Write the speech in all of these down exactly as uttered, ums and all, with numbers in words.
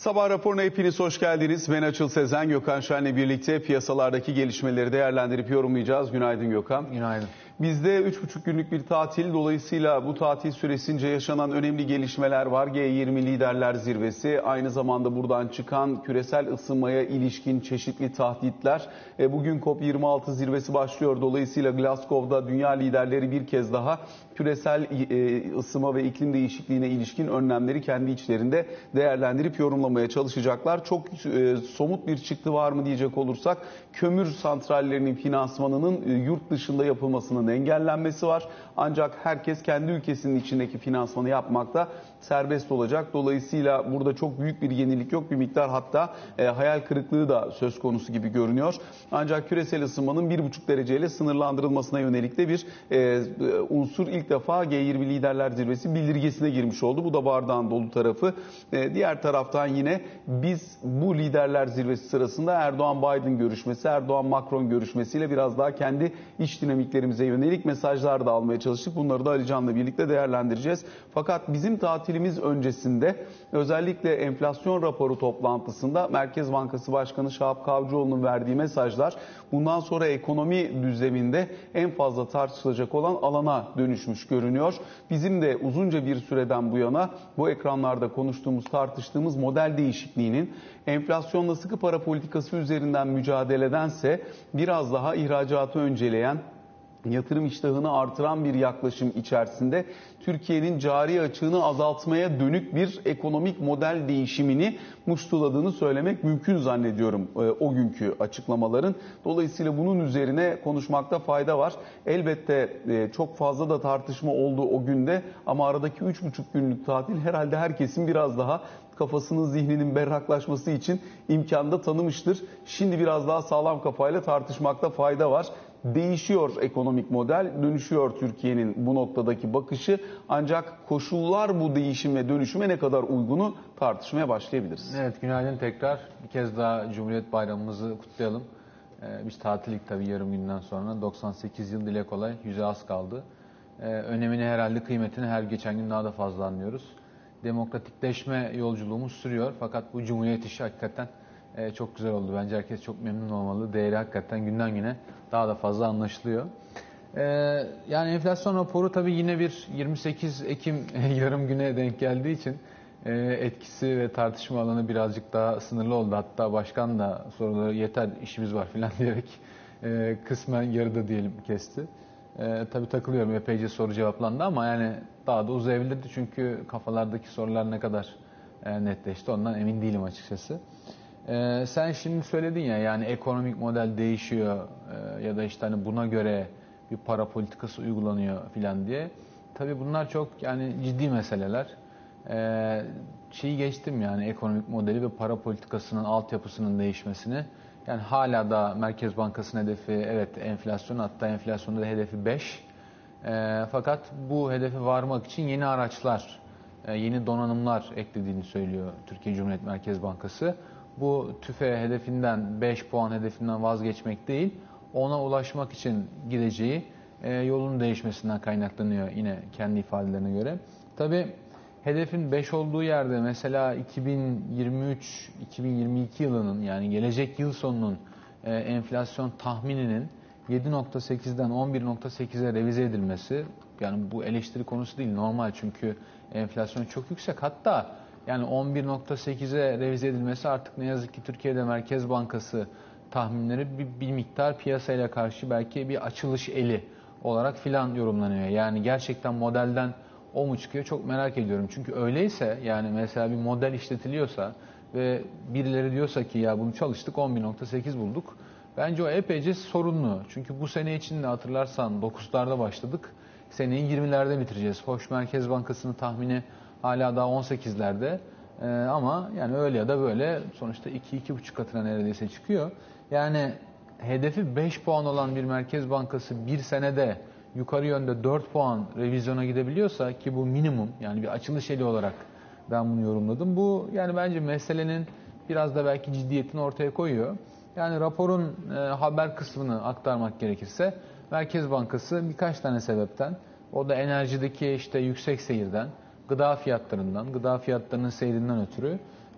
Sabah raporuna hepiniz hoş geldiniz. Ben Açıl Sezen, Gökhan Şen'le birlikte piyasalardaki gelişmeleri değerlendirip yorumlayacağız. Günaydın Gökhan. Günaydın. Bizde üç buçuk günlük bir tatil, dolayısıyla bu tatil süresince yaşanan önemli gelişmeler var. G yirmi Liderler Zirvesi, aynı zamanda buradan çıkan küresel ısınmaya ilişkin çeşitli tahditler. E, bugün COP yirmi altı zirvesi başlıyor. Dolayısıyla Glasgow'da dünya liderleri bir kez daha küresel e, ısınma ve iklim değişikliğine ilişkin önlemleri kendi içlerinde değerlendirip yorumlamaya çalışacaklar. Çok e, somut bir çıktı var mı diyecek olursak, kömür santrallerinin finansmanının e, yurt dışında yapılmasının engellenmesi var. Ancak herkes kendi ülkesinin içindeki finansmanı yapmakta serbest olacak. Dolayısıyla burada çok büyük bir yenilik yok. Bir miktar hatta e, hayal kırıklığı da söz konusu gibi görünüyor. Ancak küresel ısınmanın bir buçuk dereceyle sınırlandırılmasına yönelik de bir e, unsur ilk defa G yirmi Liderler Zirvesi bildirgesine girmiş oldu. Bu da bardağın dolu tarafı. E, diğer taraftan yine biz bu Liderler Zirvesi sırasında Erdoğan-Biden görüşmesi, Erdoğan-Macron görüşmesiyle biraz daha kendi iç dinamiklerimize yönelik mesajlar da almaya çalıştık. Bunları da Ali Can'la birlikte değerlendireceğiz. Fakat bizim tatilimiz öncesinde özellikle enflasyon raporu toplantısında Merkez Bankası Başkanı Şahap Kavcıoğlu'nun verdiği mesajlar bundan sonra ekonomi düzleminde en fazla tartışılacak olan alana dönüşmüş görünüyor. Bizim de uzunca bir süreden bu yana bu ekranlarda konuştuğumuz, tartıştığımız model değişikliğinin enflasyonla sıkı para politikası üzerinden mücadeledense biraz daha ihracatı önceleyen, yatırım iştahını artıran bir yaklaşım içerisinde Türkiye'nin cari açığını azaltmaya dönük bir ekonomik model değişimini muştuladığını söylemek mümkün zannediyorum e, o günkü açıklamaların. Dolayısıyla bunun üzerine konuşmakta fayda var. Elbette e, çok fazla da tartışma oldu o günde ama aradaki üç buçuk günlük tatil herhalde herkesin biraz daha kafasının, zihninin berraklaşması için imkan da tanımıştır. Şimdi biraz daha sağlam kafayla tartışmakta fayda var. Değişiyor ekonomik model, dönüşüyor Türkiye'nin bu noktadaki bakışı. Ancak koşullar bu değişim ve dönüşüme ne kadar uygunu tartışmaya başlayabiliriz. Evet, günaydın tekrar. Bir kez daha Cumhuriyet Bayramımızı kutlayalım. Ee, biz tatillik tabii yarım günden sonra. doksan sekiz yıl dile kolay, yüze az kaldı. Ee, önemini herhalde, kıymetini her geçen gün daha da fazla anlıyoruz. Demokratikleşme yolculuğumuz sürüyor. Fakat bu Cumhuriyet işi hakikaten e, çok güzel oldu. Bence herkes çok memnun olmalı. Değeri hakikaten günden güne daha da fazla anlaşılıyor. Ee, yani enflasyon raporu tabii yine bir yirmi sekiz Ekim yarım güne denk geldiği için e, etkisi ve tartışma alanı birazcık daha sınırlı oldu. Hatta başkan da soruları yeter işimiz var falan diyerek e, kısmen yarıda diyelim kesti. E, tabii takılıyorum, epeyce soru cevaplandı ama yani daha da uzayabilirdi çünkü kafalardaki sorular ne kadar e, netleşti ondan emin değilim açıkçası. Ee, sen şimdi söyledin ya, yani ekonomik model değişiyor e, ya da işte hani buna göre bir para politikası uygulanıyor filan diye. Tabii bunlar çok yani ciddi meseleler. Ee, şeyi geçtim yani ekonomik modeli ve para politikasının altyapısının değişmesini. Yani hala da Merkez Bankası'nın hedefi evet enflasyon, hatta enflasyonda da hedefi beş. Ee, fakat bu hedefe varmak için yeni araçlar, e, yeni donanımlar eklediğini söylüyor Türkiye Cumhuriyet Merkez Bankası. Bu tüfe hedefinden, beş puan hedefinden vazgeçmek değil, ona ulaşmak için gideceği e, yolun değişmesinden kaynaklanıyor yine kendi ifadelerine göre. Tabii hedefin beş olduğu yerde mesela iki bin yirmi üç iki bin yirmi iki yılının, yani gelecek yıl sonunun e, enflasyon tahmininin yedi nokta sekizden on bir nokta sekize revize edilmesi, yani bu eleştiri konusu değil, normal çünkü enflasyon çok yüksek. Hatta yani on bir nokta sekize revize edilmesi artık ne yazık ki Türkiye'de Merkez Bankası tahminleri bir, bir miktar piyasayla karşı belki bir açılış eli olarak filan yorumlanıyor. Yani gerçekten modelden o mu çıkıyor çok merak ediyorum. Çünkü öyleyse, yani mesela bir model işletiliyorsa ve birileri diyorsa ki ya bunu çalıştık on bir nokta sekiz bulduk. Bence o epeyce sorunlu. Çünkü bu sene içinde hatırlarsan dokuzlarda başladık. Seneyi yirmilerde bitireceğiz. Hoş, Merkez Bankası'nın tahmini hala daha on sekizlerde ee, ama yani öyle ya da böyle sonuçta iki iki buçuk katına neredeyse çıkıyor. Yani hedefi beş puan olan bir Merkez Bankası bir senede yukarı yönde dört puan revizyona gidebiliyorsa, ki bu minimum, yani bir açılış eli olarak ben bunu yorumladım. Bu yani bence meselenin biraz da belki ciddiyetini ortaya koyuyor. Yani raporun e, haber kısmını aktarmak gerekirse Merkez Bankası birkaç tane sebepten, o da enerjideki işte yüksek seyirden, gıda fiyatlarından, gıda fiyatlarının seyrinden ötürü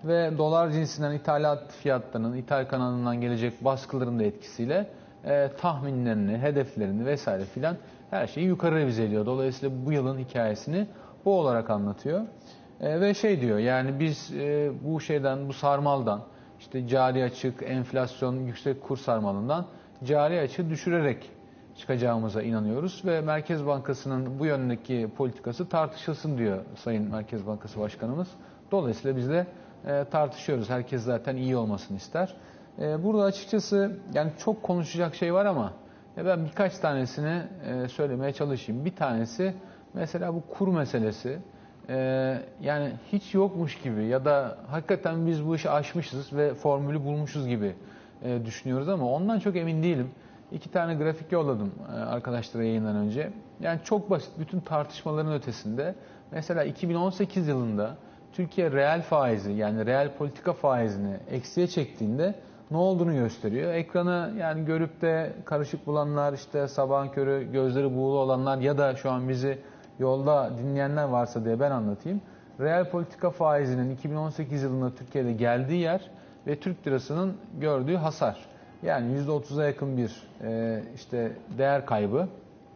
ve dolar cinsinden ithalat fiyatlarının, ithal kanalından gelecek baskıların da etkisiyle e, tahminlerini, hedeflerini vesaire filan her şeyi yukarı revize ediyor. Dolayısıyla bu yılın hikayesini bu olarak anlatıyor. E, ve şey diyor, yani biz e, bu şeyden, bu sarmaldan, işte cari açık, enflasyon, yüksek kur sarmalından cari açığı düşürerek çıkacağımıza inanıyoruz ve Merkez Bankası'nın bu yöndeki politikası tartışılsın diyor Sayın Merkez Bankası Başkanımız. Dolayısıyla biz de e, tartışıyoruz. Herkes zaten iyi olmasını ister. E, burada açıkçası yani çok konuşacak şey var ama e, ben birkaç tanesini e, söylemeye çalışayım. Bir tanesi mesela bu kur meselesi. E, yani hiç yokmuş gibi ya da hakikaten biz bu işi aşmışız ve formülü bulmuşuz gibi e, düşünüyoruz ama ondan çok emin değilim. İki tane grafik yolladım arkadaşlara yayından önce. Yani çok basit, bütün tartışmaların ötesinde. Mesela iki bin on sekiz yılında Türkiye reel faizi, yani reel politika faizini eksiye çektiğinde ne olduğunu gösteriyor. Ekranı yani görüp de karışık bulanlar, işte sabahın körü gözleri buğulu olanlar ya da şu an bizi yolda dinleyenler varsa diye ben anlatayım. Reel politika faizinin iki bin on sekiz yılında Türkiye'de geldiği yer ve Türk lirasının gördüğü hasar. Yani yüzde otuza yakın bir e, işte değer kaybı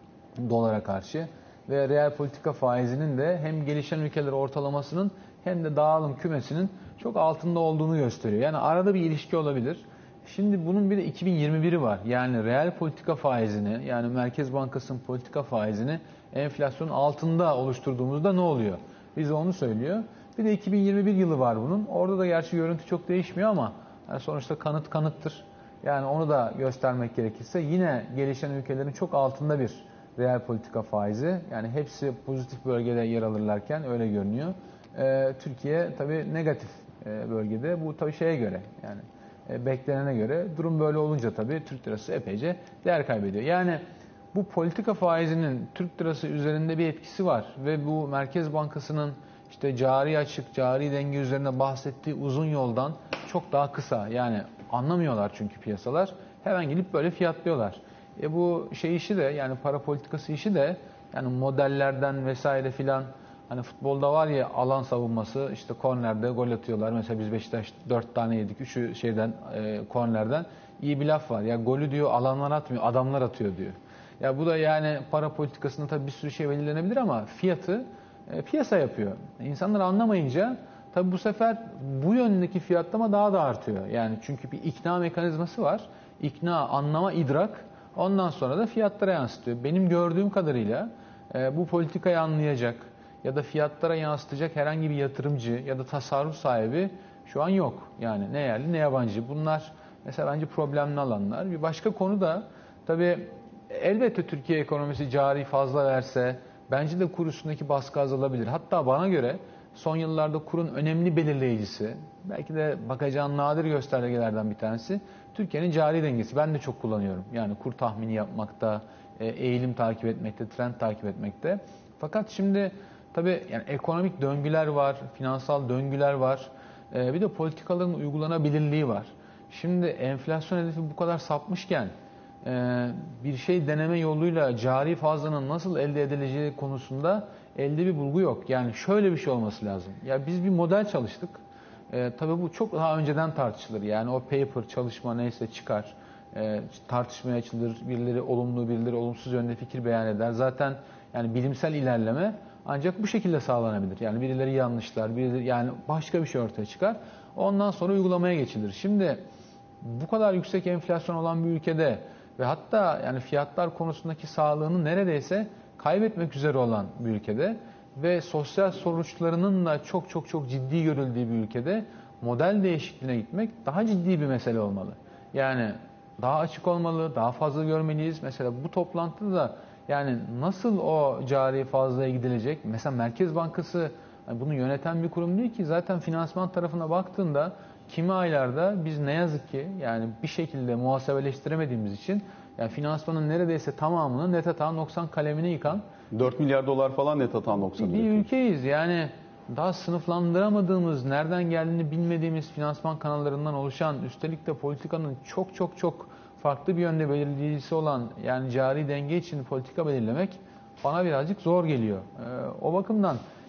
dolara karşı ve reel politika faizinin de hem gelişen ülkeler ortalamasının hem de dağılım kümesinin çok altında olduğunu gösteriyor. Yani arada bir ilişki olabilir. Şimdi bunun bir de iki bin yirmi biri var. Yani reel politika faizini, yani Merkez Bankası'nın politika faizini enflasyonun altında oluşturduğumuzda ne oluyor? Bize onu söylüyor. Bir de iki bin yirmi bir yılı var bunun. Orada da gerçi görüntü çok değişmiyor ama yani sonuçta kanıt kanıttır. Yani onu da göstermek gerekirse yine gelişen ülkelerin çok altında bir reel politika faizi. Yani hepsi pozitif bölgede yer alırlarken öyle görünüyor. Ee, Türkiye tabii negatif e, bölgede. Bu tabii şeye göre, yani e, beklenene göre. Durum böyle olunca tabii Türk lirası epeyce değer kaybediyor. Yani bu politika faizinin Türk lirası üzerinde bir etkisi var ve bu Merkez Bankası'nın işte cari açık, cari denge üzerine bahsettiği uzun yoldan çok daha kısa. Yani anlamıyorlar çünkü piyasalar. Hemen gidip böyle fiyatlıyorlar. E bu şey işi de, yani para politikası işi de, yani modellerden vesaire filan, hani futbolda var ya alan savunması, işte kornerde gol atıyorlar. Mesela biz Beşiktaş dört tane yedik. Üçü şeyden e, kornerden. İyi bir laf var. Ya golü diyor alanlar atmıyor, adamlar atıyor diyor. Ya bu da yani para politikasında tabii bir sürü şey belirlenebilir ama fiyatı e, piyasa yapıyor. İnsanlar anlamayınca tabii bu sefer bu yöndeki fiyatlama daha da artıyor. Yani çünkü bir ikna mekanizması var. İkna, anlama, idrak. Ondan sonra da fiyatlara yansıtıyor. Benim gördüğüm kadarıyla e, bu politikayı anlayacak ya da fiyatlara yansıtacak herhangi bir yatırımcı ya da tasarruf sahibi şu an yok. Yani ne yerli ne yabancı. Bunlar mesela bence problemli alanlar. Bir başka konu da tabii elbette Türkiye ekonomisi cari fazla verse bence de kur üstündeki baskı azalabilir. Hatta bana göre son yıllarda kurun önemli belirleyicisi, belki de bakacağın nadir göstergelerden bir tanesi Türkiye'nin cari dengesi. Ben de çok kullanıyorum. Yani kur tahmini yapmakta, eğilim takip etmekte, trend takip etmekte. Fakat şimdi tabii yani ekonomik döngüler var, finansal döngüler var. Bir de politikaların uygulanabilirliği var. Şimdi enflasyon hedefi bu kadar sapmışken bir şey deneme yoluyla cari fazlanın nasıl elde edileceği konusunda elde bir bulgu yok. Yani şöyle bir şey olması lazım. Ya biz bir model çalıştık. E, tabii bu çok daha önceden tartışılır. Yani o paper, çalışma neyse çıkar. E, tartışmaya açılır. Birileri olumlu, birileri olumsuz yönde fikir beyan eder. Zaten yani bilimsel ilerleme ancak bu şekilde sağlanabilir. Yani birileri yanlışlar, birileri yani başka bir şey ortaya çıkar. Ondan sonra uygulamaya geçilir. Şimdi bu kadar yüksek enflasyon olan bir ülkede ve hatta yani fiyatlar konusundaki sağlığını neredeyse kaybetmek üzere olan bir ülkede ve sosyal sonuçlarının da çok çok çok ciddi görüldüğü bir ülkede model değişikliğine gitmek daha ciddi bir mesele olmalı. Yani daha açık olmalı, daha fazla görmeliyiz. Mesela bu toplantıda da yani nasıl o cari fazlaya gidilecek? Mesela Merkez Bankası yani bunu yöneten bir kurum değil ki. Zaten finansman tarafına baktığında kimi aylarda biz ne yazık ki yani bir şekilde muhasebeleştiremediğimiz için yani finansmanın neredeyse tamamını net hata noksan kalemine yıkan dört milyar dolar falan net hata noksanı bir ülkeyiz. Yani daha sınıflandıramadığımız, nereden geldiğini bilmediğimiz finansman kanallarından oluşan, üstelik de politikanın çok çok çok farklı bir yönde belirleyicisi olan yani cari denge için politika belirlemek bana birazcık zor geliyor. Ee, o bakımdan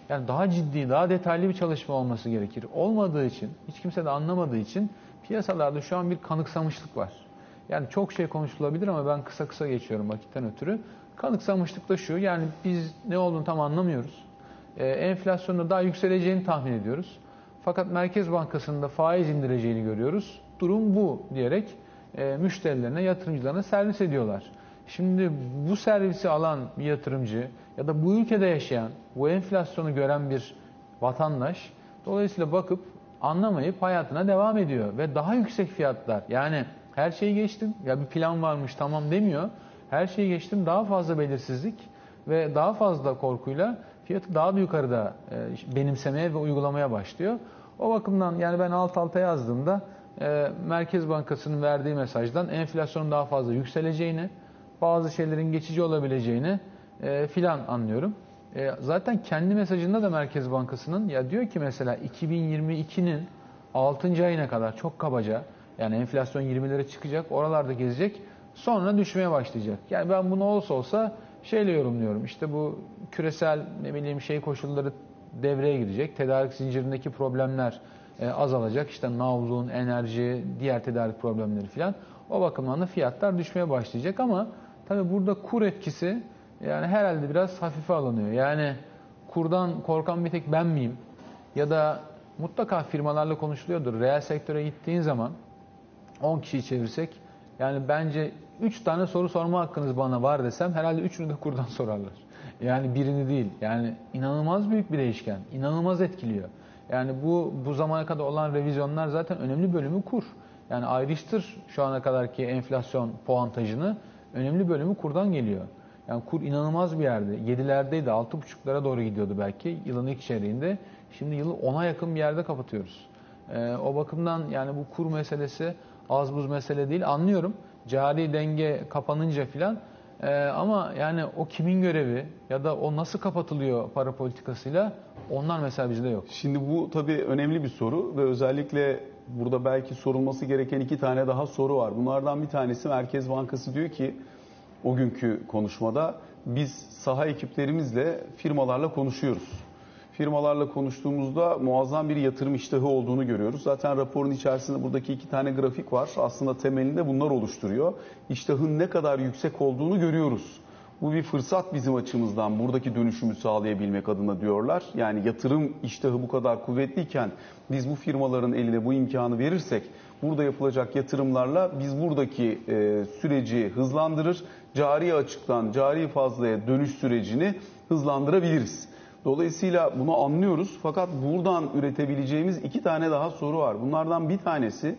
Yani daha ciddi, daha detaylı bir çalışma olması gerekir. Olmadığı için, hiç kimse de anlamadığı için piyasalarda şu an bir kanıksamışlık var. Yani çok şey konuşulabilir ama ben kısa kısa geçiyorum vakitten ötürü. Kanıksamışlık da şu, yani biz ne olduğunu tam anlamıyoruz. Ee, enflasyonda daha yükseleceğini tahmin ediyoruz. Fakat Merkez Bankası'nın da faiz indireceğini görüyoruz. Durum bu diyerek e, müşterilerine, yatırımcılarına servis ediyorlar. Şimdi bu servisi alan bir yatırımcı ya da bu ülkede yaşayan, bu enflasyonu gören bir vatandaş dolayısıyla bakıp anlamayıp hayatına devam ediyor ve daha yüksek fiyatlar, yani her şeyi geçtim ya bir plan varmış tamam demiyor. Her şeyi geçtim daha fazla belirsizlik ve daha fazla korkuyla fiyatı daha da yukarıda e, benimsemeye ve uygulamaya başlıyor. O bakımdan yani ben alt alta yazdığımda e, Merkez Bankası'nın verdiği mesajdan enflasyonun daha fazla yükseleceğini, bazı şeylerin geçici olabileceğini e, filan anlıyorum. E, zaten kendi mesajında da Merkez Bankası'nın ya diyor ki mesela iki bin yirmi ikinin altıncı ayına kadar çok kabaca yani enflasyon yirmilere çıkacak, oralarda gezecek, sonra düşmeye başlayacak. Yani ben bunu olsa olsa şeyle yorumluyorum. İşte bu küresel ne bileyim şey koşulları devreye girecek. Tedarik zincirindeki problemler e, azalacak. İşte navlun, enerji, diğer tedarik problemleri filan. O bakımdan da fiyatlar düşmeye başlayacak ama tabii burada kur etkisi yani herhalde biraz hafife alınıyor. Yani kurdan korkan bir tek ben miyim? Ya da mutlaka firmalarla konuşuluyordur. Reel sektöre gittiğin zaman on kişiyi çevirsek yani bence üç tane soru sorma hakkınız bana var desem herhalde üçünü de kurdan sorarlar. Yani birini değil. Yani inanılmaz büyük bir değişken. İnanılmaz etkiliyor. Yani bu bu zamana kadar olan revizyonlar zaten önemli bölümü kur. Yani ayrıştır şu ana kadarki enflasyon puantajını, önemli bölümü kurdan geliyor. Yani kur inanılmaz bir yerde. yedilerdeydi, altı buçuklara doğru gidiyordu belki yılın ilk çeyreğinde. Şimdi yılı ona yakın bir yerde kapatıyoruz. Ee, o bakımdan yani bu kur meselesi az buz mesele değil. Anlıyorum. Cari denge kapanınca filan. Ee, ama yani o kimin görevi ya da o nasıl kapatılıyor para politikasıyla, onlar mesela bizde yok. Şimdi bu tabii önemli bir soru ve özellikle burada belki sorulması gereken iki tane daha soru var. Bunlardan bir tanesi Merkez Bankası diyor ki o günkü konuşmada biz saha ekiplerimizle firmalarla konuşuyoruz. Firmalarla konuştuğumuzda muazzam bir yatırım iştahı olduğunu görüyoruz. Zaten raporun içerisinde buradaki iki tane grafik var. Aslında temelinde bunlar oluşturuyor. İştahın ne kadar yüksek olduğunu görüyoruz. Bu bir fırsat bizim açımızdan buradaki dönüşümü sağlayabilmek adına diyorlar. Yani yatırım iştahı bu kadar kuvvetliyken biz bu firmaların eline bu imkanı verirsek burada yapılacak yatırımlarla biz buradaki e, süreci hızlandırır, cari açıktan cari fazlaya dönüş sürecini hızlandırabiliriz. Dolayısıyla bunu anlıyoruz fakat buradan üretebileceğimiz iki tane daha soru var. Bunlardan bir tanesi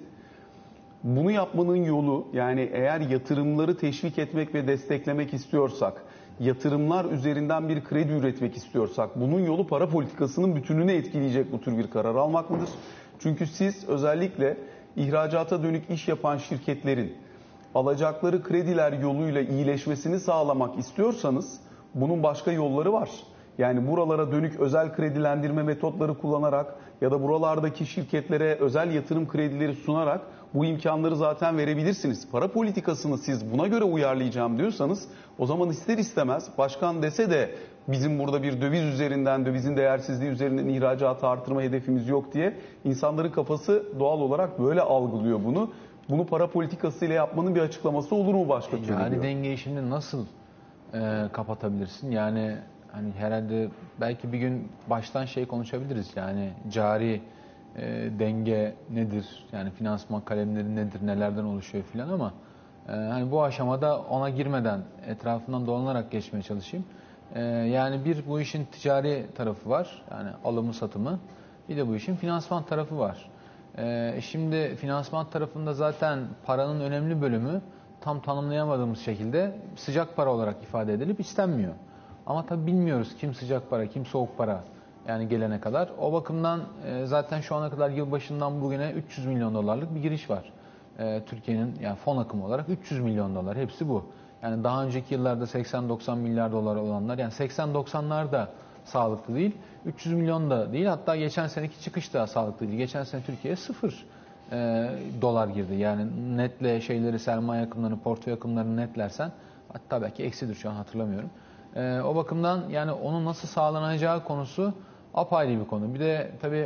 bunu yapmanın yolu, yani eğer yatırımları teşvik etmek ve desteklemek istiyorsak, yatırımlar üzerinden bir kredi üretmek istiyorsak bunun yolu para politikasının bütününü etkileyecek bu tür bir karar almak mıdır? Çünkü siz özellikle ihracata dönük iş yapan şirketlerin alacakları krediler yoluyla iyileşmesini sağlamak istiyorsanız bunun başka yolları var. Yani buralara dönük özel kredilendirme metotları kullanarak ya da buralardaki şirketlere özel yatırım kredileri sunarak bu imkanları zaten verebilirsiniz. Para politikasını siz buna göre uyarlayacağım diyorsanız o zaman ister istemez başkan dese de bizim burada bir döviz üzerinden, dövizin değersizliği üzerinden ihracatı artırma hedefimiz yok diye insanların kafası doğal olarak böyle algılıyor bunu. Bunu para politikasıyla yapmanın bir açıklaması olur mu başka türlü? Yani dengeyi şimdi nasıl e, kapatabilirsin? Yani hani herhalde belki bir gün baştan şey konuşabiliriz. Yani cari e, denge nedir? Yani finansman kalemleri nedir? Nelerden oluşuyor filan ama e, hani bu aşamada ona girmeden etrafından dolanarak geçmeye çalışayım. E, yani bir bu işin ticari tarafı var. Yani alımı satımı. Bir de bu işin finansman tarafı var. E, şimdi finansman tarafında zaten paranın önemli bölümü tam tanımlayamadığımız şekilde sıcak para olarak ifade edilip istenmiyor. Ama tabii bilmiyoruz kim sıcak para, kim soğuk para yani gelene kadar. O bakımdan e, zaten şu ana kadar yılbaşından bugüne üç yüz milyon dolarlık bir giriş var. E, Türkiye'nin yani fon akımı olarak üç yüz milyon dolar, hepsi bu. Yani daha önceki yıllarda seksen doksan milyar dolar olanlar, yani seksen doksanlar da sağlıklı değil, üç yüz milyon da değil. Hatta geçen seneki çıkış da sağlıklı değil. Geçen sene Türkiye'ye sıfır e, dolar girdi. Yani netle şeyleri, sermaye akımlarını, portföy akımlarını netlersen, hatta belki eksidir, şu an hatırlamıyorum. Ee, o bakımdan yani onun nasıl sağlanacağı konusu apayrı bir konu. Bir de tabii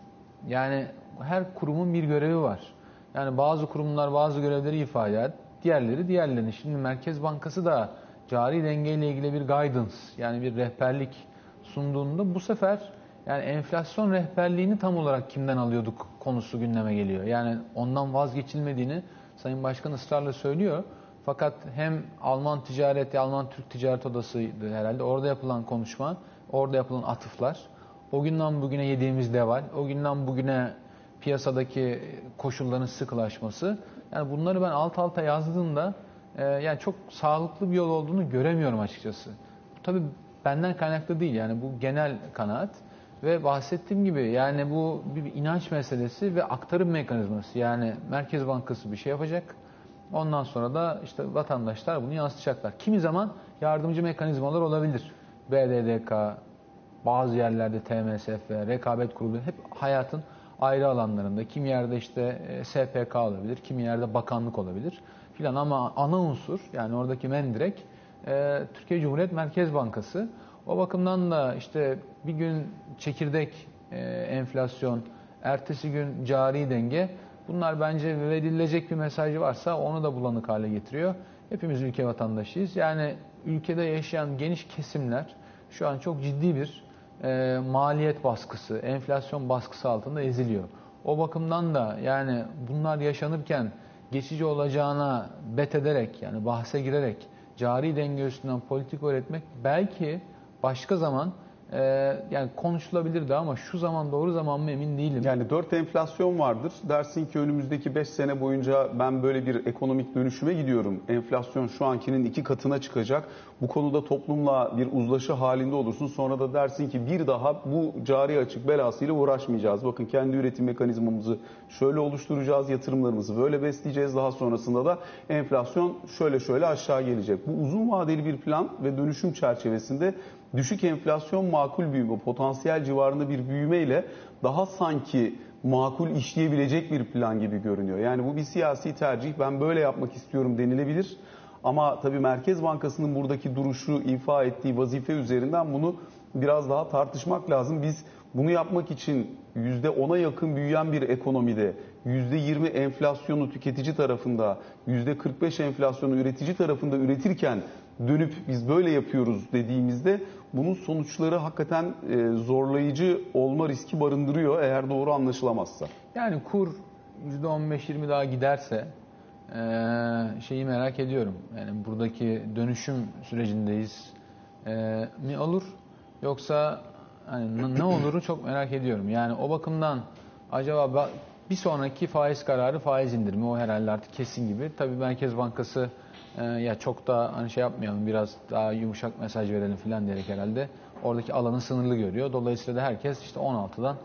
yani her kurumun bir görevi var. Yani bazı kurumlar bazı görevleri ifade eder, diğerleri diğerlerini. Şimdi Merkez Bankası da cari dengeyle ilgili bir guidance, yani bir rehberlik sunduğunda bu sefer yani enflasyon rehberliğini tam olarak kimden alıyorduk konusu gündeme geliyor. Yani ondan vazgeçilmediğini Sayın Başkan ısrarla söylüyor. Fakat hem Alman Ticaret, Alman Türk Ticaret Odası'ydı herhalde. Orada yapılan konuşma, orada yapılan atıflar, o günden bugüne yediğimiz deval, o günden bugüne piyasadaki koşulların sıkılaşması. Yani bunları ben alt alta yazdığımda e, yani çok sağlıklı bir yol olduğunu göremiyorum açıkçası. Bu tabii benden kaynaklı değil, yani bu genel kanaat. Ve bahsettiğim gibi yani bu bir inanç meselesi ve aktarım mekanizması. Yani Merkez Bankası bir şey yapacak. Ondan sonra da işte vatandaşlar bunu yansıtacaklar. Kimi zaman yardımcı mekanizmalar olabilir. B D D K, bazı yerlerde T M S F, rekabet kurulu, hep hayatın ayrı alanlarında. Kimi yerde işte S P K olabilir, kimi yerde bakanlık olabilir filan, ama ana unsur, yani oradaki mendirek Türkiye Cumhuriyet Merkez Bankası. O bakımdan da işte bir gün çekirdek enflasyon, ertesi gün cari denge, bunlar bence verilecek bir mesajı varsa onu da bulanık hale getiriyor. Hepimiz ülke vatandaşıyız. Yani ülkede yaşayan geniş kesimler şu an çok ciddi bir e, maliyet baskısı, enflasyon baskısı altında eziliyor. O bakımdan da yani bunlar yaşanırken geçici olacağına bet ederek, yani bahse girerek cari denge üstünden politika üretmek belki başka zaman e, yani konuşulabilirdi, ama şu zaman doğru zaman mı emin değilim. Yani dört enflasyon vardır. Dersin ki önümüzdeki beş sene boyunca ben böyle bir ekonomik dönüşüme gidiyorum. Enflasyon şu ankinin iki katına çıkacak. Bu konuda toplumla bir uzlaşı halinde olursun. Sonra da dersin ki bir daha bu cari açık belasıyla uğraşmayacağız. Bakın kendi üretim mekanizmamızı şöyle oluşturacağız, yatırımlarımızı böyle besleyeceğiz. Daha sonrasında da enflasyon şöyle şöyle aşağı gelecek. Bu uzun vadeli bir plan ve dönüşüm çerçevesinde düşük enflasyon makul büyüme, potansiyel civarında bir büyümeyle daha sanki makul işleyebilecek bir plan gibi görünüyor. Yani bu bir siyasi tercih. Ben böyle yapmak istiyorum denilebilir. Ama tabii Merkez Bankası'nın buradaki duruşu, ifa ettiği vazife üzerinden bunu biraz daha tartışmak lazım. Biz bunu yapmak için yüzde ona yakın büyüyen bir ekonomide yüzde yirmi enflasyonu tüketici tarafında, yüzde kırk beş enflasyonu üretici tarafında üretirken dönüp biz böyle yapıyoruz dediğimizde bunun sonuçları hakikaten zorlayıcı olma riski barındırıyor eğer doğru anlaşılamazsa. Yani kur yüzde on beş yirmi daha giderse şeyi merak ediyorum. Yani buradaki dönüşüm sürecindeyiz mi olur, yoksa hani ne oluru çok merak ediyorum. Yani o bakımdan acaba bir sonraki faiz kararı faiz indirimi, o herhalde artık kesin gibi. Tabii Merkez Bankası ya çok da hani şey yapmayalım, biraz daha yumuşak mesaj verelim falan diyerek herhalde oradaki alanı sınırlı görüyor. Dolayısıyla da herkes işte on altıdan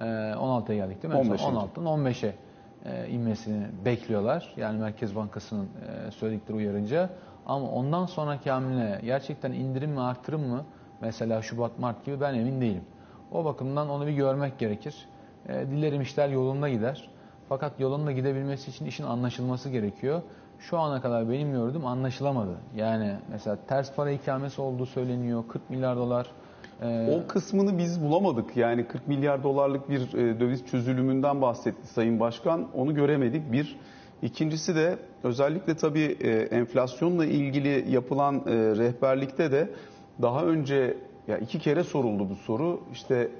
on altıya geldik değil mi? on beşe. on altıdan on beşe inmesini bekliyorlar. Yani Merkez Bankası'nın söyledikleri uyarınca. Ama ondan sonraki hamle gerçekten indirim mi artırım mı? Mesela Şubat Mart gibi, ben emin değilim. O bakımdan onu bir görmek gerekir. Dilerim işler yolunda gider. Fakat yolunda gidebilmesi için işin anlaşılması gerekiyor. Şu ana kadar benim gördüğüm anlaşılamadı. Yani mesela ters para ikamesi olduğu söyleniyor. kırk milyar dolar. O kısmını biz bulamadık. Yani kırk milyar dolarlık bir döviz çözülümünden bahsetti Sayın Başkan. Onu göremedik. Bir. İkincisi de özellikle tabii enflasyonla ilgili yapılan rehberlikte de daha önce ya iki kere soruldu bu soru. İşte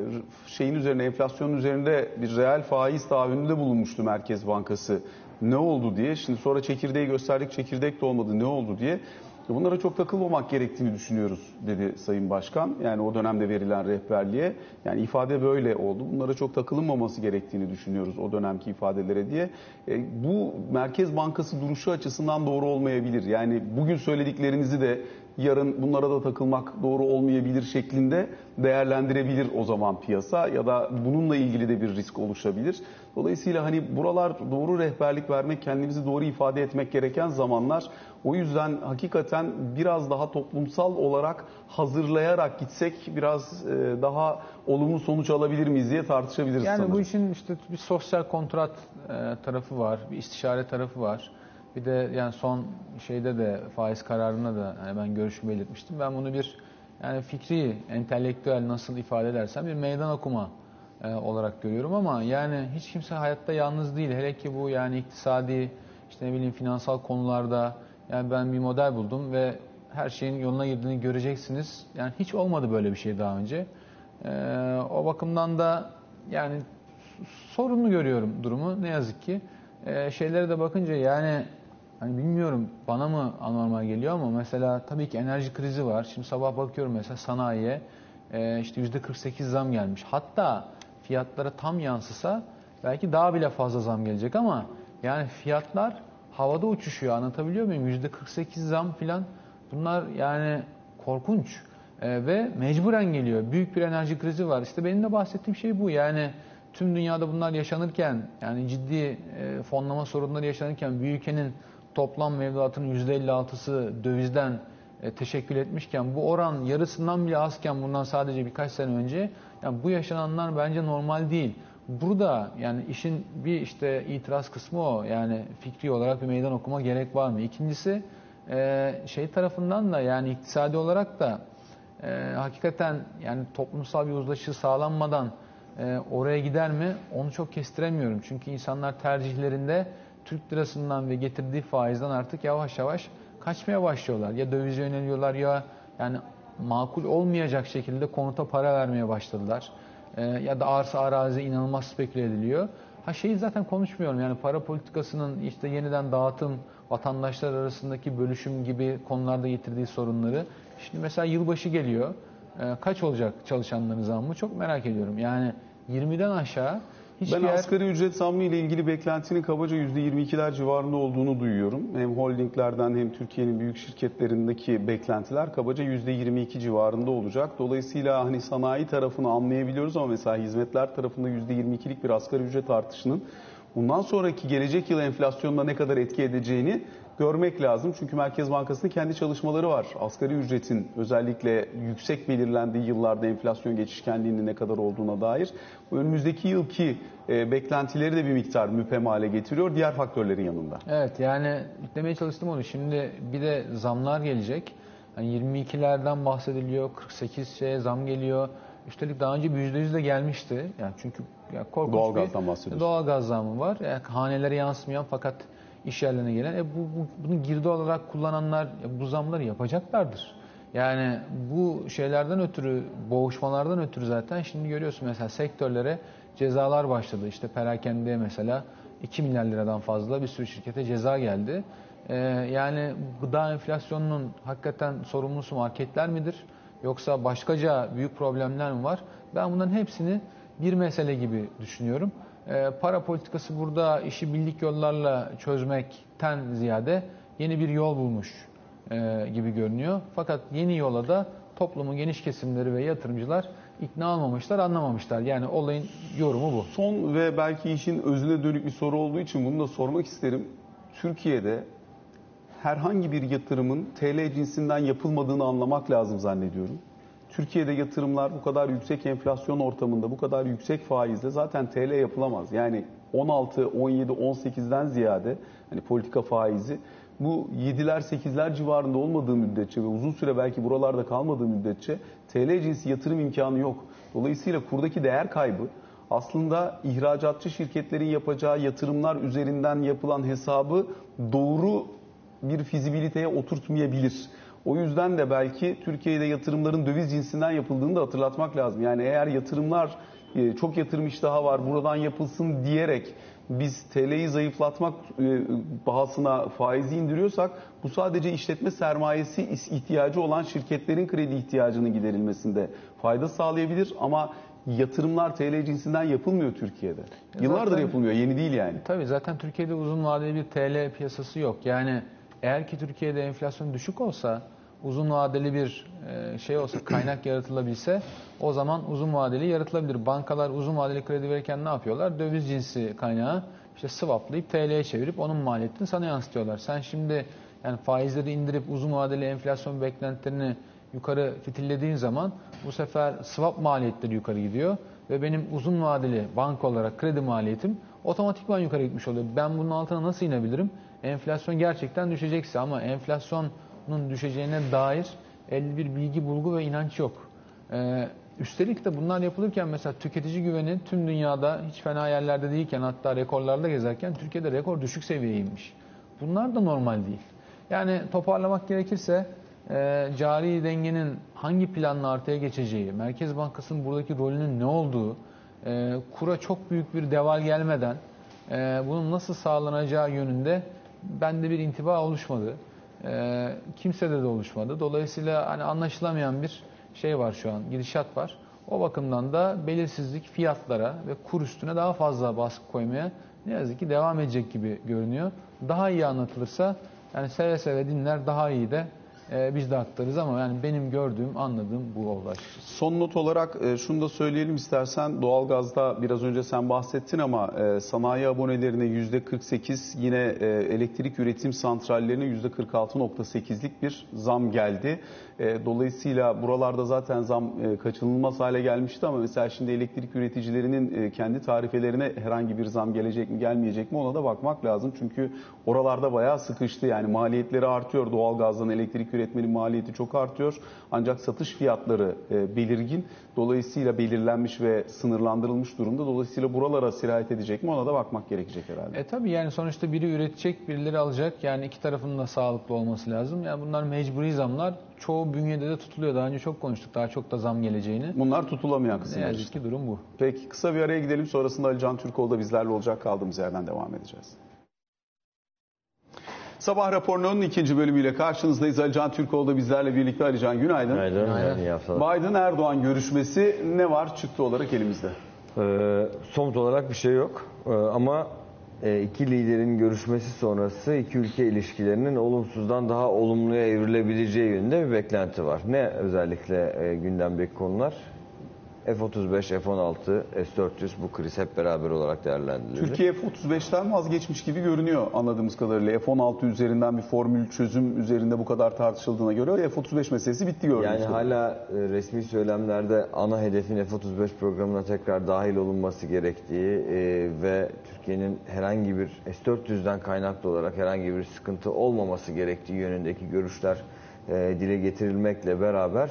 şeyin üzerine, enflasyonun üzerinde bir reel faiz taahhüdünde bulunmuştu Merkez Bankası. Ne oldu diye. Şimdi sonra çekirdeği gösterdik, çekirdek de olmadı, ne oldu diye. Bunlara çok takılmamak gerektiğini düşünüyoruz dedi Sayın Başkan. Yani o dönemde verilen rehberliğe. Yani ifade böyle oldu. Bunlara çok takılınmaması gerektiğini düşünüyoruz o dönemki ifadelere diye. E, bu Merkez Bankası duruşu açısından doğru olmayabilir. Yani bugün söylediklerinizi de yarın bunlara da takılmak doğru olmayabilir şeklinde değerlendirebilir o zaman piyasa, ya da bununla ilgili de bir risk oluşabilir. Dolayısıyla hani buralar doğru rehberlik vermek, kendimizi doğru ifade etmek gereken zamanlar. O yüzden hakikaten biraz daha toplumsal olarak hazırlayarak gitsek biraz daha olumlu sonuç alabilir miyiz diye tartışabiliriz yani sanırım. Bu işin işte bir sosyal kontrat tarafı var, bir istişare tarafı var. Bir de yani son şeyde de faiz kararına da yani ben görüşümü belirtmiştim. Ben bunu bir yani fikri, entelektüel nasıl ifade edersem bir meydan okuma e, olarak görüyorum ama yani hiç kimse hayatta yalnız değil. Hele ki bu yani iktisadi, işte ne bileyim finansal konularda yani ben bir model buldum ve her şeyin yoluna girdiğini göreceksiniz. Yani hiç olmadı böyle bir şey daha önce. E, o bakımdan da yani sorunlu görüyorum durumu ne yazık ki. E, şeylere de bakınca yani hani bilmiyorum bana mı anormal geliyor ama mesela tabii ki enerji krizi var. Şimdi sabah bakıyorum mesela sanayiye e, işte yüzde kırk sekiz zam gelmiş. Hatta fiyatlara tam yansısa belki daha bile fazla zam gelecek ama yani fiyatlar havada uçuşuyor, anlatabiliyor muyum? yüzde kırk sekiz zam filan, bunlar yani korkunç. E, ve mecburen geliyor. Büyük bir enerji krizi var. İşte benim de bahsettiğim şey bu. Yani tüm dünyada bunlar yaşanırken, yani ciddi e, fonlama sorunları yaşanırken, bir ülkenin toplam mevduatının yüzde elli altısı dövizden e, teşekkül etmişken, bu oran yarısından bile azken bundan sadece birkaç sene önce, yani bu yaşananlar bence normal değil. Burada yani işin bir işte itiraz kısmı o. Yani fikri olarak bir meydan okuma gerek var mı? İkincisi e, şey tarafından da yani iktisadi olarak da e, hakikaten yani toplumsal bir uzlaşı sağlanmadan e, oraya gider mi? Onu çok kestiremiyorum. Çünkü insanlar tercihlerinde Türk lirasından ve getirdiği faizden artık yavaş yavaş kaçmaya başlıyorlar. Ya dövize yöneliyorlar ya yani makul olmayacak şekilde konuta para vermeye başladılar. Ee, ya da arsa arazi inanılmaz speküle ediliyor. Ha şeyi zaten konuşmuyorum yani para politikasının işte yeniden dağıtım, vatandaşlar arasındaki bölüşüm gibi konularda getirdiği sorunları. Şimdi mesela yılbaşı geliyor. Ee, kaç olacak çalışanların zammı çok merak ediyorum. Yani yirmiden aşağı hiçbir Ben yer... asgari ücret zammı ile ilgili beklentinin kabaca yüzde yirmi ikiler civarında olduğunu duyuyorum. Hem holdinglerden hem Türkiye'nin büyük şirketlerindeki beklentiler kabaca yüzde yirmi iki civarında olacak. Dolayısıyla hani sanayi tarafını anlayabiliyoruz ama mesela hizmetler tarafında yüzde yirmi ikilik bir asgari ücret artışının bundan sonraki gelecek yıl enflasyonuna ne kadar etki edeceğini görmek lazım. Çünkü Merkez Bankası'nın kendi çalışmaları var. Asgari ücretin özellikle yüksek belirlendiği yıllarda enflasyon geçişkenliğinin ne kadar olduğuna dair. Önümüzdeki yılki e, beklentileri de bir miktar müphem hale getiriyor diğer faktörlerin yanında. Evet yani demeye çalıştım onu. Şimdi bir de zamlar gelecek. Yani yirmi ikilerden bahsediliyor. kırk sekiz şeye zam geliyor. Üstelik daha önce bir yüzde yüz de gelmişti. Yani çünkü ya korkunç Doğalgazdan bir bahsediyoruz. doğalgaz zammı var. Yani hanelere yansımayan fakat iş yerlerine gelen. E bu, bu bunu girdi olarak kullananlar e, bu zamları yapacaklardır. Yani bu şeylerden ötürü, boğuşmalardan ötürü zaten şimdi görüyorsun mesela sektörlere cezalar başladı. İşte perakende mesela iki milyar liradan fazla bir sürü şirkete ceza geldi. Ee, yani gıda enflasyonunun hakikaten sorumlusu marketler midir? Yoksa başkaca büyük problemler mi var? Ben bunların hepsini bir mesele gibi düşünüyorum. Ee, para politikası burada işi bildik yollarla çözmekten ziyade yeni bir yol bulmuş e, gibi görünüyor. Fakat yeni yola da toplumun geniş kesimleri ve yatırımcılar ikna olmamışlar, anlamamışlar. Yani olayın yorumu bu. Son ve belki işin özüne dönük bir soru olduğu için bunu da sormak isterim. Türkiye'de herhangi bir yatırımın T L cinsinden yapılmadığını anlamak lazım zannediyorum. Türkiye'de yatırımlar bu kadar yüksek enflasyon ortamında, bu kadar yüksek faizle zaten T L yapılamaz. Yani on altı, on yedi, on sekizden ziyade hani politika faizi bu yediler sekizler civarında olmadığı müddetçe ve uzun süre belki buralarda kalmadığı müddetçe T L cinsi yatırım imkanı yok. Dolayısıyla kurdaki değer kaybı aslında ihracatçı şirketlerin yapacağı yatırımlar üzerinden yapılan hesabı doğru bir fizibiliteye oturtmayabilir. O yüzden de belki Türkiye'de yatırımların döviz cinsinden yapıldığını da hatırlatmak lazım. Yani eğer yatırımlar çok yatırım iştahı var buradan yapılsın diyerek biz T L'yi zayıflatmak bahasına faizi indiriyorsak bu sadece işletme sermayesi ihtiyacı olan şirketlerin kredi ihtiyacının giderilmesinde fayda sağlayabilir ama yatırımlar T L cinsinden yapılmıyor Türkiye'de. Yıllardır zaten yapılmıyor, yeni değil yani. Tabii zaten Türkiye'de uzun vadeli bir T L piyasası yok. Yani eğer ki Türkiye'de enflasyon düşük olsa, uzun vadeli bir şey olsa, kaynak yaratılabilse o zaman uzun vadeli yaratılabilir. Bankalar uzun vadeli kredi verirken ne yapıyorlar? Döviz cinsi kaynağı işte swaplayıp T L'ye çevirip onun maliyetini sana yansıtıyorlar. Sen şimdi yani faizleri indirip uzun vadeli enflasyon beklentilerini yukarı fitillediğin zaman bu sefer swap maliyetleri yukarı gidiyor ve benim uzun vadeli banka olarak kredi maliyetim otomatikman yukarı gitmiş oluyor. Ben bunun altına nasıl inebilirim? Enflasyon gerçekten düşecekse ama enflasyonun düşeceğine dair elde bir bilgi, bulgu ve inanç yok. Ee, üstelik de bunlar yapılırken mesela tüketici güveni tüm dünyada hiç fena yerlerde değilken, hatta rekorlarda gezerken Türkiye'de rekor düşük seviyeye inmiş. Bunlar da normal değil. Yani toparlamak gerekirse e, cari dengenin hangi planla artıya geçeceği, Merkez Bankası'nın buradaki rolünün ne olduğu, e, kura çok büyük bir deval gelmeden e, bunun nasıl sağlanacağı yönünde bende bir intiba oluşmadı. E, kimsede de oluşmadı. Dolayısıyla hani anlaşılamayan bir şey var şu an, gidişat var. O bakımdan da belirsizlik fiyatlara ve kur üstüne daha fazla baskı koymaya ne yazık ki devam edecek gibi görünüyor. Daha iyi anlatılırsa yani seve seve dinler, daha iyi de e, biz de aktarız ama yani benim gördüğüm, anladığım bu olay. Son not olarak e, şunu da söyleyelim istersen. Doğalgazda biraz önce sen bahsettin ama e, sanayi abonelerine yüzde kırk sekiz, yine e, elektrik üretim santrallerine yüzde kırk altı nokta sekizlik bir zam geldi. E, dolayısıyla buralarda zaten zam e, kaçınılmaz hale gelmişti ama mesela şimdi elektrik üreticilerinin e, kendi tarifelerine herhangi bir zam gelecek mi gelmeyecek mi ona da bakmak lazım. Çünkü oralarda bayağı sıkıştı, yani maliyetleri artıyor. Doğalgazdan elektrik üretmenin maliyeti çok artıyor. Ancak satış fiyatları e, belirgin. Dolayısıyla belirlenmiş ve sınırlandırılmış durumda. Dolayısıyla buralara sirayet edecek mi ona da bakmak gerekecek herhalde. E tabii yani sonuçta biri üretecek, birileri alacak. Yani iki tarafın da sağlıklı olması lazım. Yani bunlar mecburi zamlar. Çoğu bünyede de tutuluyor. Daha önce çok konuştuk. Daha çok da zam geleceğini. Bunlar tutulamayan Ne kısımlar. yazık ki durum bu. Peki kısa bir araya gidelim. Sonrasında Ali Can Türkoğlu da bizlerle olacak. Kaldığımız yerden devam edeceğiz. Sabah raporunun ikinci bölümüyle karşınızdayız. Ali Can Türkoğlu da bizlerle birlikte. Ali Can, günaydın. Günaydın. Günaydın. Biden-Erdoğan görüşmesi ne var çıktı olarak elimizde? Ee, somut olarak bir şey yok. Ee, ama e, iki liderin görüşmesi sonrası iki ülke ilişkilerinin olumsuzdan daha olumluya evrilebileceği yönünde bir beklenti var. Ne özellikle e, gündemdeki konular? F otuz beş, F on altı, S dört yüz bu kriz hep beraber olarak değerlendirildi. Türkiye F otuz beşten vazgeçmiş gibi görünüyor anladığımız kadarıyla. F on altı üzerinden bir formül çözüm üzerinde bu kadar tartışıldığına göre F otuz beş meselesi bitti gördüğünüz Yani kadarıyla. hala e, resmi söylemlerde ana hedefin F otuz beş programına tekrar dahil olunması gerektiği e, ve Türkiye'nin herhangi bir S dört yüzden kaynaklı olarak herhangi bir sıkıntı olmaması gerektiği yönündeki görüşler e, dile getirilmekle beraber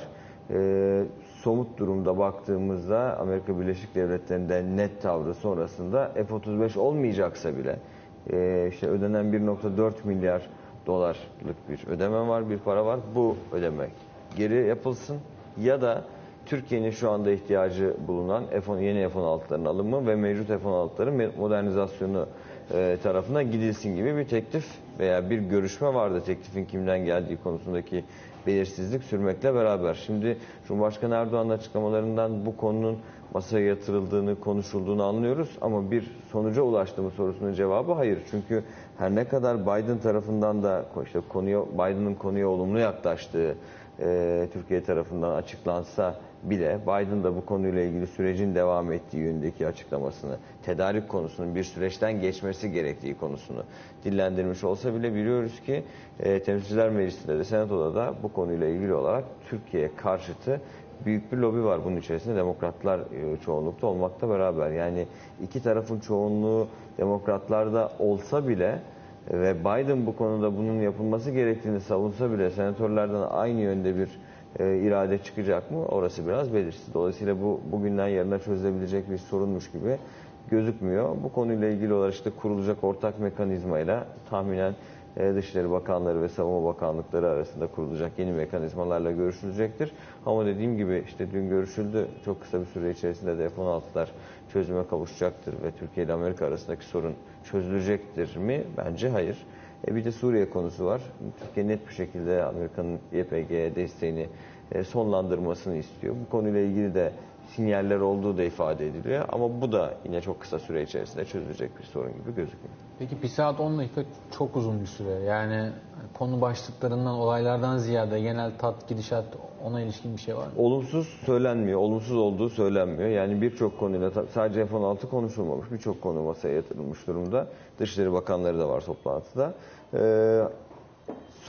e, somut durumda baktığımızda Amerika Birleşik Devletleri'nde net tavrı sonrasında F otuz beş olmayacaksa bile e, işte ödenen bir nokta dört milyar dolarlık bir ödeme var, bir para var. Bu ödeme geri yapılsın ya da Türkiye'nin şu anda ihtiyacı bulunan F on, yeni F on altıların alımı ve mevcut F on altıların modernizasyonu e, tarafına gidilsin gibi bir teklif veya bir görüşme vardı. Teklifin kimden geldiği konusundaki belirsizlik sürmekle beraber. Şimdi Cumhurbaşkanı Erdoğan'ın açıklamalarından bu konunun masaya yatırıldığını, konuşulduğunu anlıyoruz ama bir sonuca ulaştı mı sorusunun cevabı hayır. Çünkü her ne kadar Biden tarafından da işte konuya Biden'ın konuya olumlu yaklaştığı e, Türkiye tarafından açıklansa bile Biden da bu konuyla ilgili sürecin devam ettiği yönündeki açıklamasını, tedarik konusunun bir süreçten geçmesi gerektiği konusunu dillendirmiş olsa bile biliyoruz ki e, Temsilciler Meclisi'nde de Senato'da da bu konuyla ilgili olarak Türkiye karşıtı büyük bir lobi var. Bunun içerisinde demokratlar e, çoğunlukta olmakla beraber. Yani iki tarafın çoğunluğu demokratlarda olsa bile ve Biden bu konuda bunun yapılması gerektiğini savunsa bile senatörlerden aynı yönde bir e, irade çıkacak mı? Orası biraz belirsiz. Dolayısıyla bu bugünden yarına çözülebilecek bir sorunmuş gibi gözükmüyor. Bu konuyla ilgili olarak işte kurulacak ortak mekanizmayla tahminen e, Dışişleri Bakanları ve Savunma Bakanlıkları arasında kurulacak yeni mekanizmalarla görüşülecektir. Ama dediğim gibi işte dün görüşüldü. Çok kısa bir süre içerisinde de F on altılar çözüme kavuşacaktır ve Türkiye ile Amerika arasındaki sorun çözülecektir mi? Bence hayır. E bir de Suriye konusu var. Türkiye net bir şekilde Amerika'nın Y P G'ye desteğini e, sonlandırmasını istiyor. Bu konuyla ilgili de sinyaller olduğu da ifade ediliyor. Ama bu da yine çok kısa süre içerisinde çözülecek bir sorun gibi gözüküyor. Peki bir saat on dakika çok uzun bir süre. Yani konu başlıklarından, olaylardan ziyade genel tat, gidişat, ona ilişkin bir şey var mı? Olumsuz söylenmiyor. Olumsuz olduğu söylenmiyor. Yani birçok konuyla sadece F on altı konuşulmamış. Birçok konu masaya yatırılmış durumda. Dışişleri Bakanları da var toplantıda. Ee,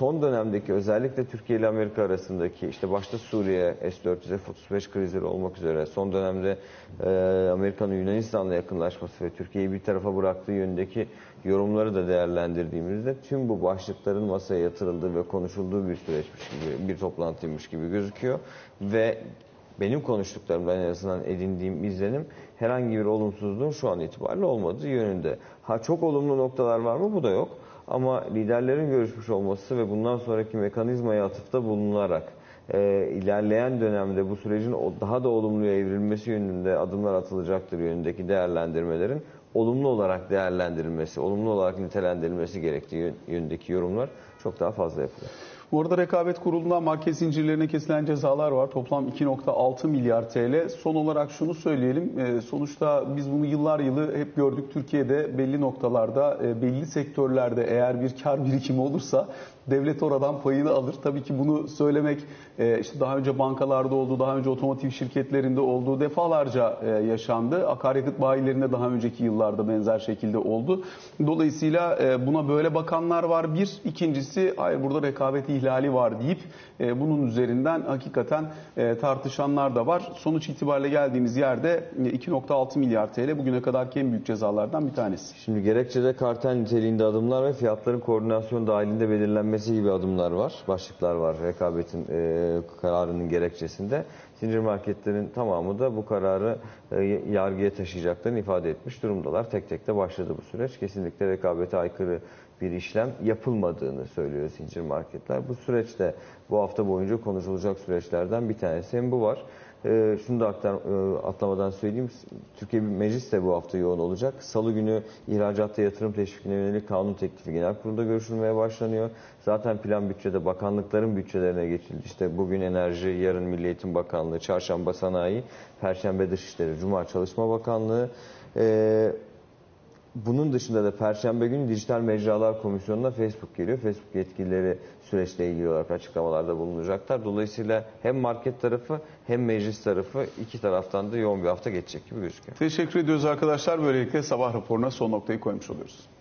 son dönemdeki özellikle Türkiye ile Amerika arasındaki işte başta Suriye, S dört yüz, F otuz beş krizleri olmak üzere son dönemde e, Amerika'nın Yunanistan'la yakınlaşması ve Türkiye'yi bir tarafa bıraktığı yönündeki yorumları da değerlendirdiğimizde tüm bu başlıkların masaya yatırıldığı ve konuşulduğu bir süreçmiş gibi, bir toplantıymış gibi gözüküyor ve benim konuştuklarımdan en azından edindiğim izlenim herhangi bir olumsuzluğun şu an itibariyle olmadığı yönünde. Ha çok olumlu noktalar var mı? Bu da yok. Ama liderlerin görüşmüş olması ve bundan sonraki mekanizmaya atıfta bulunularak e, ilerleyen dönemde bu sürecin daha da olumluya evrilmesi yönünde adımlar atılacaktır yönündeki değerlendirmelerin olumlu olarak değerlendirilmesi, olumlu olarak nitelendirilmesi gerektiği yönündeki yorumlar çok daha fazla yapılıyor. Bu arada Rekabet Kurulu'ndan market zincirlerine kesilen cezalar var. Toplam iki nokta altı milyar T L. Son olarak şunu söyleyelim. E, sonuçta biz bunu yıllar yılı hep gördük. Türkiye'de belli noktalarda, e, belli sektörlerde eğer bir kar birikimi olursa devlet oradan payını alır. Tabii ki bunu söylemek e, işte daha önce bankalarda oldu, daha önce otomotiv şirketlerinde olduğu defalarca e, yaşandı. Akaryakıt bayilerinde daha önceki yıllarda benzer şekilde oldu. Dolayısıyla e, buna böyle bakanlar var. Bir, ikincisi hayır burada rekabet ihlali var deyip e, bunun üzerinden hakikaten e, tartışanlar da var. Sonuç itibariyle geldiğimiz yerde e, iki nokta altı milyar T L bugüne kadarki en büyük cezalardan bir tanesi. Şimdi gerekçede kartel niteliğinde adımlar ve fiyatların koordinasyon dahilinde belirlenmesi gibi adımlar var, başlıklar var rekabetin e, kararının gerekçesinde. Zincir marketlerin tamamı da bu kararı e, yargıya taşıyacaklarını ifade etmiş durumdalar. Tek tek de başladı bu süreç. Kesinlikle rekabete aykırı bir işlem yapılmadığını söylüyor zincir marketler. Bu süreçte bu hafta boyunca konuşulacak süreçlerden bir tanesi. Hem bu var. E, şunu da aktar, e, atlamadan söyleyeyim. Türkiye Meclis de bu hafta yoğun olacak. Salı günü ihracatta yatırım teşvikine yönelik kanun teklifi genel kurulda görüşülmeye başlanıyor. Zaten plan bütçede bakanlıkların bütçelerine geçildi. İşte bugün Enerji, yarın Milli Eğitim Bakanlığı, Çarşamba Sanayi, Perşembe Dışişleri, Cuma Çalışma Bakanlığı. E, Bunun dışında da Perşembe günü Dijital Mecralar Komisyonu'na Facebook geliyor. Facebook yetkilileri süreçle ilgili olarak açıklamalarda bulunacaklar. Dolayısıyla hem market tarafı hem meclis tarafı iki taraftan da yoğun bir hafta geçecek gibi gözüküyor. Teşekkür ediyoruz arkadaşlar. Böylelikle sabah raporuna son noktayı koymuş oluyoruz.